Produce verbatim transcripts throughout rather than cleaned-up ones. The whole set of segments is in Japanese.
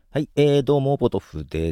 はい、えー、どうも、ポトフです。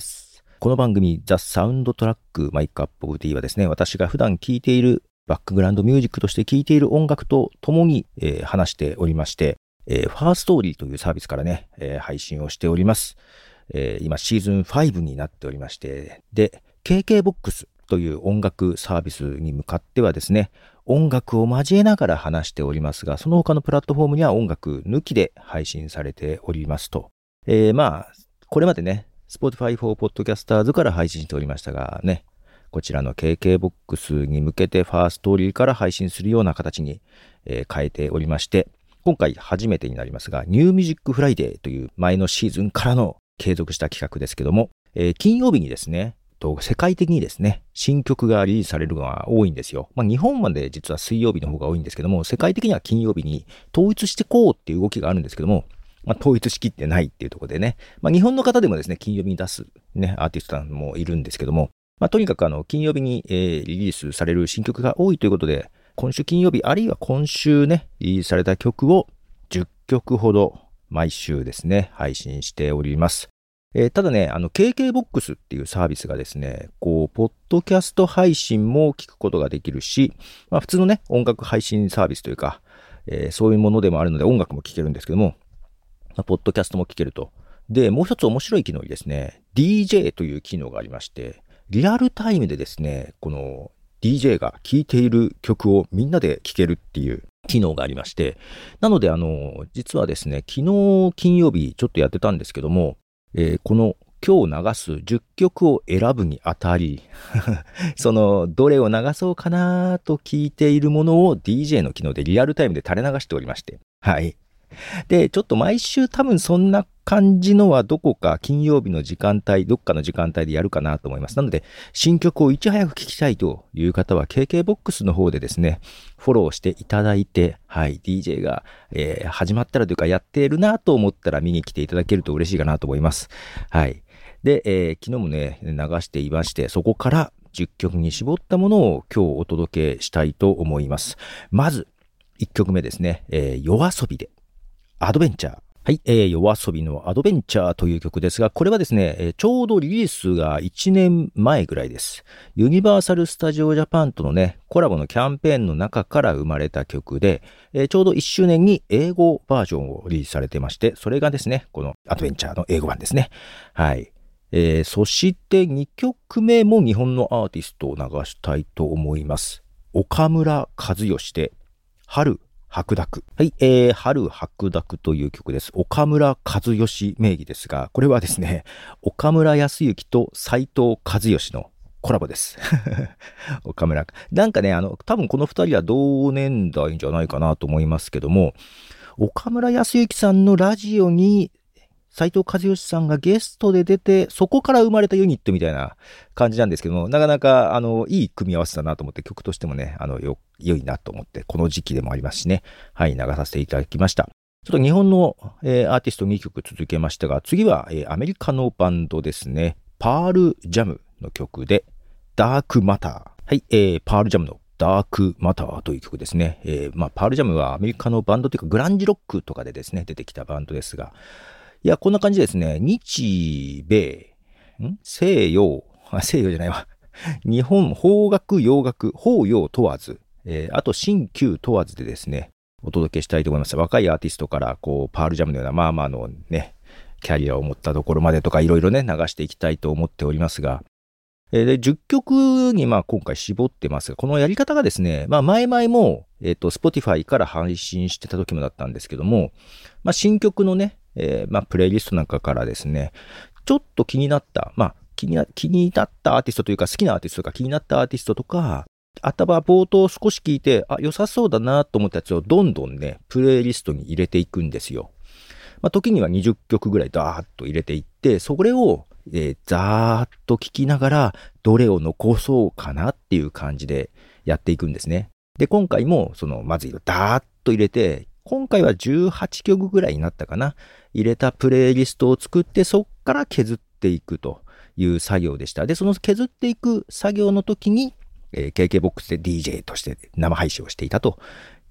この番組、ザ・サウンドトラック・マイク・アップ・オブ・ティーはですね、私が普段聴いているバックグラウンドミュージックとして聴いている音楽と共に、えー話しておりまして、えーファーストーリーというサービスからね、えー配信をしております。えー今、シーズンファイブになっておりまして、で、ケーケーボックス という音楽サービスに向かってはですね、音楽を交えながら話しておりますが、その他のプラットフォームには音楽抜きで配信されておりますと。えーまあ、これまでね、Spotify for Podcasters から配信しておりましたがね、こちらの ケーケーボックス に向けてファーストーリーから配信するような形に、えー変えておりまして、今回初めてになりますが、ニューミュージックフライデーという前のシーズンからの継続した企画ですけども、えー金曜日にですね、と世界的にですね、新曲がリリースされるのが多いんですよ。まあ日本まで実は水曜日の方が多いんですけども、世界的には金曜日に統一してこうっていう動きがあるんですけども、まあ、統一しきってないっていうところでね、まあ、日本の方でもですね、金曜日に出すね、アーティストさんもいるんですけども、まあ、とにかくあの、金曜日に、えーリリースされる新曲が多いということで、今週金曜日、あるいは今週ね、リリースされた曲をじゅっきょくほど毎週ですね、配信しております。えーただね、あの、ケーケーボックス っていうサービスがですね、こう、ポッドキャスト配信も聞くことができるし、まあ、普通のね、音楽配信サービスというか、えーそういうものでもあるので音楽も聴けるんですけども、まあポッドキャストも聞けると。で、もう一つ面白い機能にですね、ディージェー という機能がありまして、リアルタイムでですね、この ディージェー が聴いている曲をみんなで聴けるっていう機能がありまして、なので、あの、実はですね、昨日金曜日ちょっとやってたんですけども、えーこの今日流すじゅっきょくを選ぶにあたり、その、どれを流そうかなと聞いているものを ディージェー の機能でリアルタイムで垂れ流しておりまして、はい。で、ちょっと毎週多分そんな感じのはどこか金曜日の時間帯、どっかの時間帯でやるかなと思います。なので、新曲をいち早く聴きたいという方は ケーケーボックス の方でですね、フォローしていただいて、はい、ディージェー が、えー始まったらというかやっているなと思ったら見に来ていただけると嬉しいかなと思います。はい。で、えー昨日もね、流していまして、そこからじゅっきょくに絞ったものを今日お届けしたいと思います。まず、いっきょくめですね、えー、夜遊びでアドベンチャー。はい、えー、夜遊びのアドベンチャーという曲ですが、これはですね、えーちょうどリリースがいちねんまえぐらいです。ユニバーサル・スタジオ・ジャパンとのね、コラボのキャンペーンの中から生まれた曲で、えーちょうどいっしゅうねんに英語バージョンをリリースされてまして、それがですね、このアドベンチャーの英語版ですね。はい。えーそしてにきょくめも日本のアーティストを流したいと思います。岡村和義で、春白濁。はい、えー、春白濁という曲です。岡村和義名義ですが、これはですね、岡村康之と斉藤和義のコラボです。岡村。なんかね、あの、多分この二人は同年代じゃないかなと思いますけども、岡村康之さんのラジオに斉藤和義さんがゲストで出て、そこから生まれたユニットみたいな感じなんですけども、なかなか、あの、いい組み合わせだなと思って、曲としてもね、あの、よ、良いなと思って、この時期でもありますしね、はい、流させていただきました。ちょっと日本の、えーアーティストにきょく続けましたが、次は、えーアメリカのバンドですね、パールジャムの曲で、ダークマター。はい、えー、パールジャムのダークマターという曲ですね。えー、まあ、パールジャムはアメリカのバンドというか、グランジロックとかでですね、出てきたバンドですが、いや、こんな感じですね。日米、ん西洋、あ、西洋じゃないわ。日本、邦楽、洋楽、邦洋問わず、えーあと新旧問わずでですね、お届けしたいと思います。若いアーティストから、こう、パールジャムのような、まあまあのね、キャリアを持ったところまでとか、いろいろね、流していきたいと思っておりますが、えーで、じゅっきょくにまあ今回絞ってますが、このやり方がですね、まあ前々も、えっと、Spotify から配信してた時もだったんですけども、まあ新曲のね、えーまあプレイリストなんかからですね、ちょっと気になった、まあ気にな、気になったアーティストというか好きなアーティストとか気になったアーティストとか、頭冒頭少し聞いて、あ、良さそうだなと思ったやつをどんどんね、プレイリストに入れていくんですよ。まあ時にはにじゅっきょくぐらいダーッと入れていって、それをえー、ざーっと聞きながら、どれを残そうかなっていう感じでやっていくんですね。で、今回も、その、まず、ダーッと入れて、今回はじゅうはちきょくぐらいになったかな。入れたプレイリストを作って、そっから削っていくという作業でした。で、その削っていく作業の時に、えー、ケーケーボックス で ディージェー として生配信をしていたと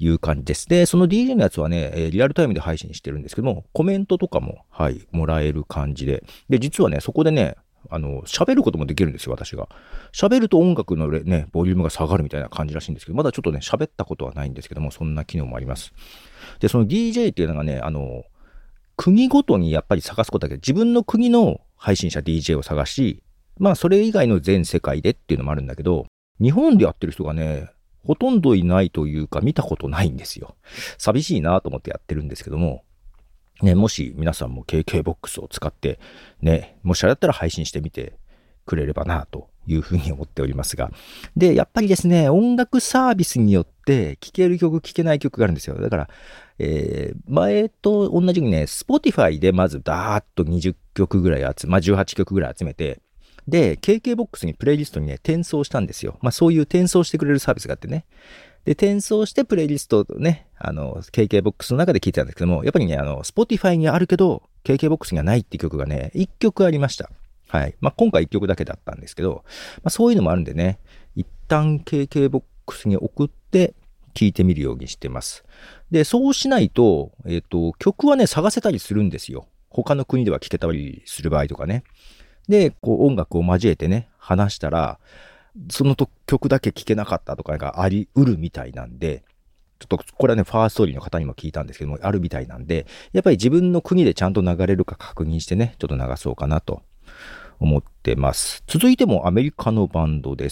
いう感じです。で、その ディージェー のやつはね、リアルタイムで配信してるんですけども、コメントとかも、はい、もらえる感じで。で、実はね、そこでね、あの、喋ることもできるんですよ、私が。喋ると音楽のね、ボリュームが下がるみたいな感じらしいんですけど、まだちょっとね、喋ったことはないんですけども、そんな機能もあります。で、その ディージェー っていうのがね、あの、国ごとにやっぱり探すことだけど、自分の国の配信者 ディージェー を探し、まあ、それ以外の全世界でっていうのもあるんだけど、日本でやってる人がね、ほとんどいないというか、見たことないんですよ。寂しいなと思ってやってるんですけども、ね、もし皆さんも ケーケーボックス を使って、ね、もしあれだったら配信してみてくれればなというふうに思っておりますが。で、やっぱりですね、音楽サービスによって聴ける曲、聴けない曲があるんですよ。だから、えー、前と同じようにね、Spotify でまずダーッとにじゅっきょくぐらい集め、まあじゅうはちきょくぐらい集めて、で、ケーケーボックス にプレイリストにね、転送したんですよ。まあそういう転送してくれるサービスがあってね。で、転送してプレイリストをね、あの、ケーケーボックス の中で聴いてたんですけども、やっぱりね、あの、Spotify にあるけど、ケーケーボックス にはないっていう曲がね、いっきょくありました。はい。まあ今回いっきょくだけだったんですけど、まあそういうのもあるんでね、一旦 ケーケーボックス に送って聴いてみるようにしてます。で、そうしないと、えっと、曲はね、探せたりするんですよ。他の国では聴けたりする場合とかね。で、こう音楽を交えてね、話したら、その曲だけ聴けなかったとかがあり得るみたいなんで、ちょっとこれはね、ファーストリーの方にも聞いたんですけども、あるみたいなんで、やっぱり自分の国でちゃんと流れるか確認してね、ちょっと流そうかなと思ってます。続いてもアメリカのバンドです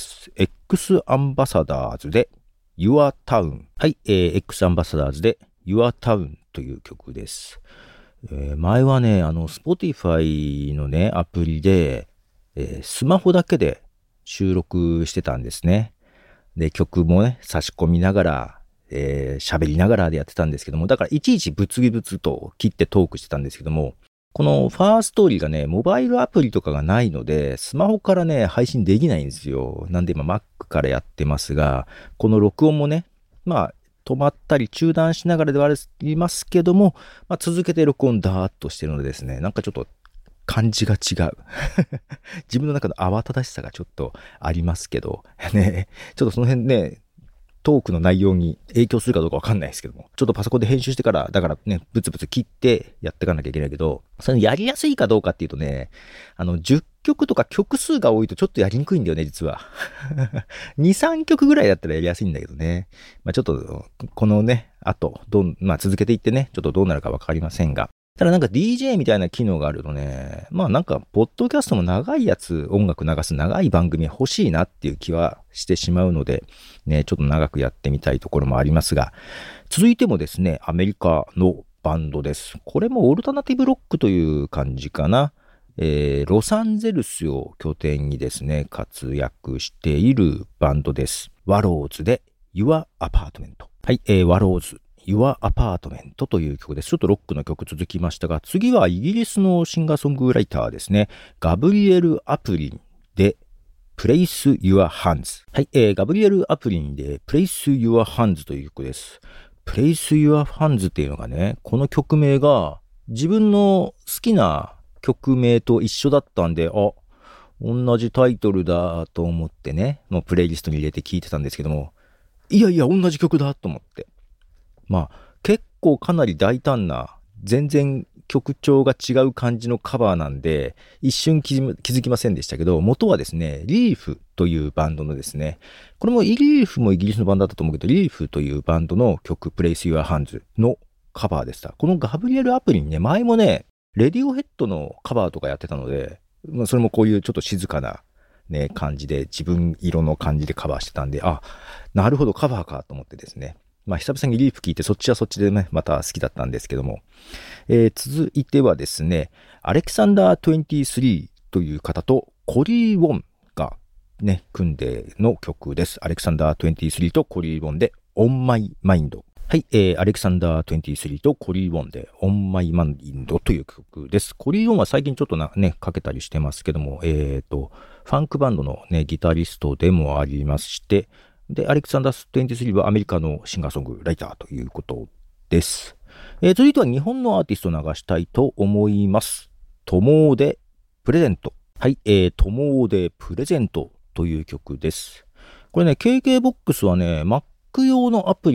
。X アンバサダーズで Your Town。はい、えー、X アンバサダーズで Your Town という曲です。えー、前はね、あの、Spotify のね、アプリで、えー、スマホだけで収録してたんですね。で、曲もね、差し込みながら、えー、喋りながらでやってたんですけども、だからいちいちブツギブツと切ってトークしてたんですけども、このファーストーリーがね、モバイルアプリとかがないので、スマホからね、配信できないんですよ。なんで今 Mac からやってますが、この録音もね、まあ、止まったり中断しながらではありますけども、まあ、続けて録音ダーッとしてるのでですね、なんかちょっと感じが違う。自分の中の慌ただしさがちょっとありますけど、ね、ちょっとその辺ね、トークの内容に影響するかどうかわかんないですけども、ちょっとパソコンで編集してから、だからね、ブツブツ切ってやっていかなきゃいけないけど、それやりやすいかどうかっていうとね、あの、じゅっきょくとか曲数が多いとちょっとやりにくいんだよね、実は。に、さんきょくぐらいだったらやりやすいんだけどね。まあちょっと、このね、あと、どん、まあ続けていってね、ちょっとどうなるかわかりませんが。ただなんか ディージェー みたいな機能があるとね、まあなんか、ポッドキャストも長いやつ、音楽流す長い番組欲しいなっていう気はしてしまうので、ね、ちょっと長くやってみたいところもありますが、続いてもですね、アメリカのバンドです。これもオルタナティブロックという感じかな。えー、ロサンゼルスを拠点にですね、活躍しているバンドです。ワローズで Your Apartment。はい、えー、ワローズ。Your Apartment という曲です。ちょっとロックの曲続きましたが、次はイギリスのシンガーソングライターですね。ガブリエル・アプリンで Place Your Hands。はい、えー、ガブリエル・アプリンで Place Your Hands という曲です。Place Your Hands っていうのがね、この曲名が自分の好きな曲名と一緒だったんで、あ、同じタイトルだと思ってね、もうプレイリストに入れて聴いてたんですけども、いやいや、同じ曲だと思って。まあ、結構かなり大胆な、全然曲調が違う感じのカバーなんで、一瞬気づきませんでしたけど、元はですね、リーフというバンドのですね、これもリーフもイギリスのバンドだったと思うけど、リーフというバンドの曲、Place Your Hands のカバーでした。このガブリエル・アプリにね、前もね、レディオヘッドのカバーとかやってたので、まあ、それもこういうちょっと静かなね、感じで、自分色の感じでカバーしてたんで、あ、なるほど、カバーかと思ってですね。まあ、久々にリーフ聞いて、そっちはそっちでね、また好きだったんですけども。えー、続いてはですね、アレキサンダーにじゅうさんという方と、コリー・ウォンがね、組んでの曲です。アレキサンダーにじゅうさんとコリー・ウォンで、On My Mind。はい、えー、アレキサンダーにじゅうさんとコリー・ウォンで On My Mind という曲です。コリー・ウォンは最近ちょっとなね、かけたりしてますけども、えーと、ファンクバンドのね、ギタリストでもありまして、で、アレキサンダーにじゅうさんはアメリカのシンガーソングライターということです。えー、続いては日本のアーティストを流したいと思います。ともでプレゼント。はい、えー、ともでプレゼントという曲です。これね、ケーケーボックス はね、Mac 用のアプリもあっ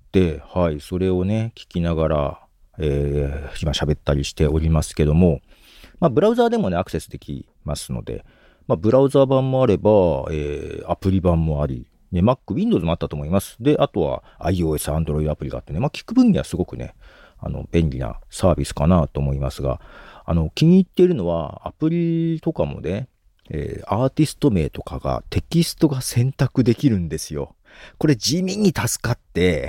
で、はい、それをね、聞きながら、えー、今喋ったりしておりますけども、まあ、ブラウザーでもね、アクセスできますので、まあ、ブラウザー版もあれば、えー、アプリ版もあり、ね、Mac、Windows もあったと思います。で、あとは iOS、Android アプリがあってね、まあ、聞く分にはすごくね、あの、便利なサービスかなと思いますが、あの、気に入っているのは、アプリとかもね、えー、アーティスト名とかがテキストが選択できるんですよ。これ地味に助かって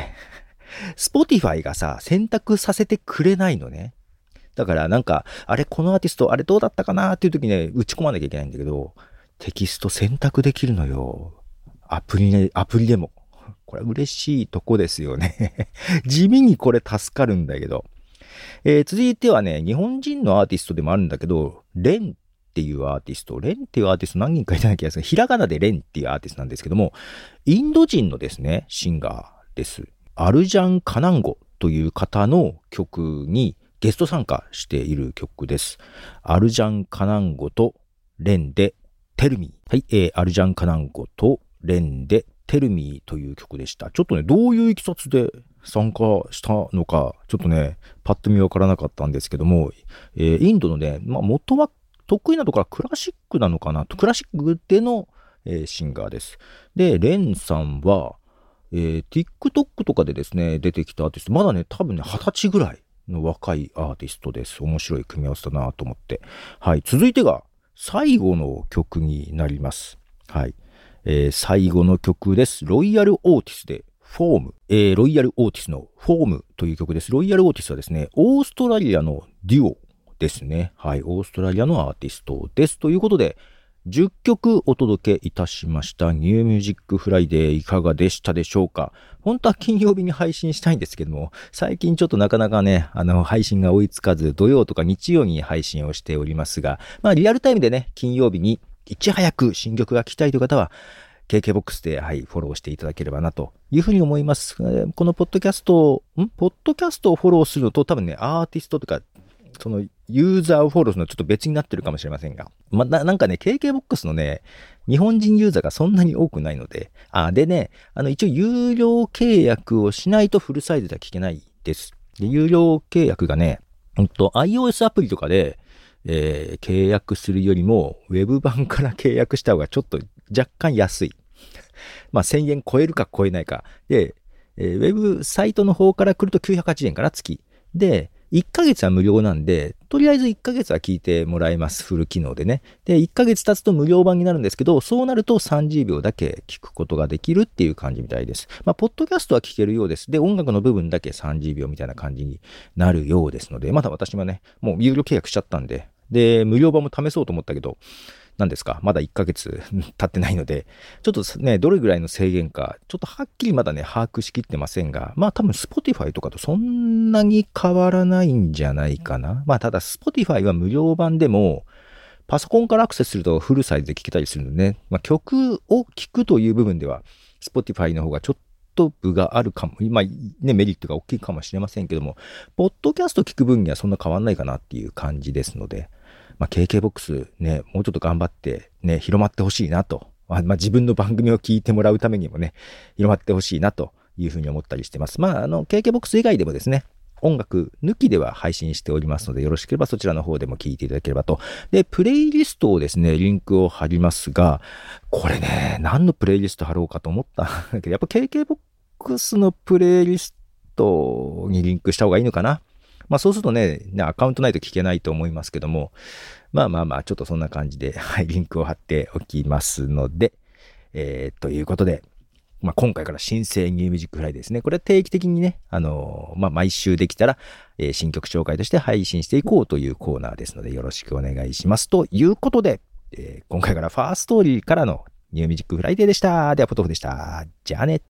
、Spotify がさ、選択させてくれないのね。だからなんか、あれこのアーティスト、あれどうだったかなっていう時ね、打ち込まなきゃいけないんだけど、テキスト選択できるのよ。アプリね、アプリでも。これ嬉しいとこですよね。地味にこれ助かるんだけど。えー、続いてはね、日本人のアーティストでもあるんだけど、レンっていうアーティスト、レンっていうアーティスト何人かいたような気がする。ひらがなでレンっていうアーティストなんですけども、インド人のですね、シンガーです。アルジャン・カナンゴという方の曲にゲスト参加している曲です。アルジャン・カナンゴとレンでテルミー。はい、えー、アルジャン・カナンゴとレンでテルミーという曲でした。ちょっとね、どういういきさつで参加したのか、ちょっとね、パッと見わからなかったんですけども、えー、インドのね、まあ、元は得意なところはクラシックなのかなと、クラシックでの、えー、シンガーです。で、レンさんは、えー、TikTok とかでですね、出てきたアーティスト、まだね、多分ね、はたちぐらいの若いアーティストです。面白い組み合わせだなと思って。はい。続いてが、最後の曲になります。はい。えー、最後の曲です。ロイヤルオーティスで、フォーム。えー、ロイヤルオーティスのフォームという曲です。ロイヤルオーティスはですね、オーストラリアのデュオですね。はい。オーストラリアのアーティストです。ということで、じゅっきょくお届けいたしました。ニューミュージックフライデーいかがでしたでしょうか。本当は金曜日に配信したいんですけども、最近ちょっとなかなかね、あの、配信が追いつかず、土曜とか日曜に配信をしておりますが、まあ、リアルタイムでね、金曜日にいち早く新曲が聴きたいという方は、ケーケーボックス で、はい、フォローしていただければなというふうに思います。このポッドキャスト、んポッドキャストをフォローするのと多分ね、アーティストとか、そのユーザーをフォローするのはちょっと別になってるかもしれませんが。まあ、な、なんかね、ケーケーボックス のね、日本人ユーザーがそんなに多くないので、あ、でね、あの一応有料契約をしないとフルサイズでは聞けないです。で、有料契約がね、うんと、iOS アプリとかで、えー、契約するよりも、ウェブ版から契約した方がちょっと若干安い。まあ、せんえん超えるか超えないか。で、えー、ウェブサイトの方から来るときゅうひゃくはちじゅうえんから月。で、いっかげつは無料なんで、とりあえずいっかげつは聞いてもらえます。フル機能でね。で、いっかげつ経つと無料版になるんですけど、そうなるとさんじゅうびょうだけ聞くことができるっていう感じみたいです。まあ、ポッドキャストは聞けるようです。で、音楽の部分だけさんじゅうびょうみたいな感じになるようですので、まだ私はね、もう有料契約しちゃったんで、で、無料版も試そうと思ったけど、何ですかまだいっかげつ経ってないので、ちょっとね、どれぐらいの制限か、ちょっとはっきりまだね、把握しきってませんが、まあ多分 Spotify とかとそんなに変わらないんじゃないかな。まあただ Spotify は無料版でも、パソコンからアクセスするとフルサイズで聴けたりするのでね、まあ曲を聴くという部分では、Spotify の方がちょっと部があるかも、今ね、メリットが大きいかもしれませんけども、ポッドキャスト聞く分にはそんな変わんないかなっていう感じですので、まあ、ケーケーボックス ね、もうちょっと頑張ってね、広まってほしいなと。まあ、まあ、自分の番組を聞いてもらうためにもね、広まってほしいなというふうに思ったりしてます。まあ、あの、ケーケーボックス 以外でもですね、音楽抜きでは配信しておりますので、よろしければそちらの方でも聞いていただければと。で、プレイリストをですね、リンクを貼りますが、これね、何のプレイリスト貼ろうかと思ったんだけど、やっぱ ケーケーボックス のプレイリストにリンクした方がいいのかな。まあそうするとね、アカウントないと聞けないと思いますけども、まあまあまあ、ちょっとそんな感じで、はい、リンクを貼っておきますので、えー、ということで、まあ今回から新生ニューミュージックフライデーですね。これは定期的にね、あのー、まあ毎週できたら、えー、新曲紹介として配信していこうというコーナーですので、よろしくお願いします。ということで、えー、今回からファーストーリーからのニューミュージックフライデーでした。では、ポトフでした。じゃあね。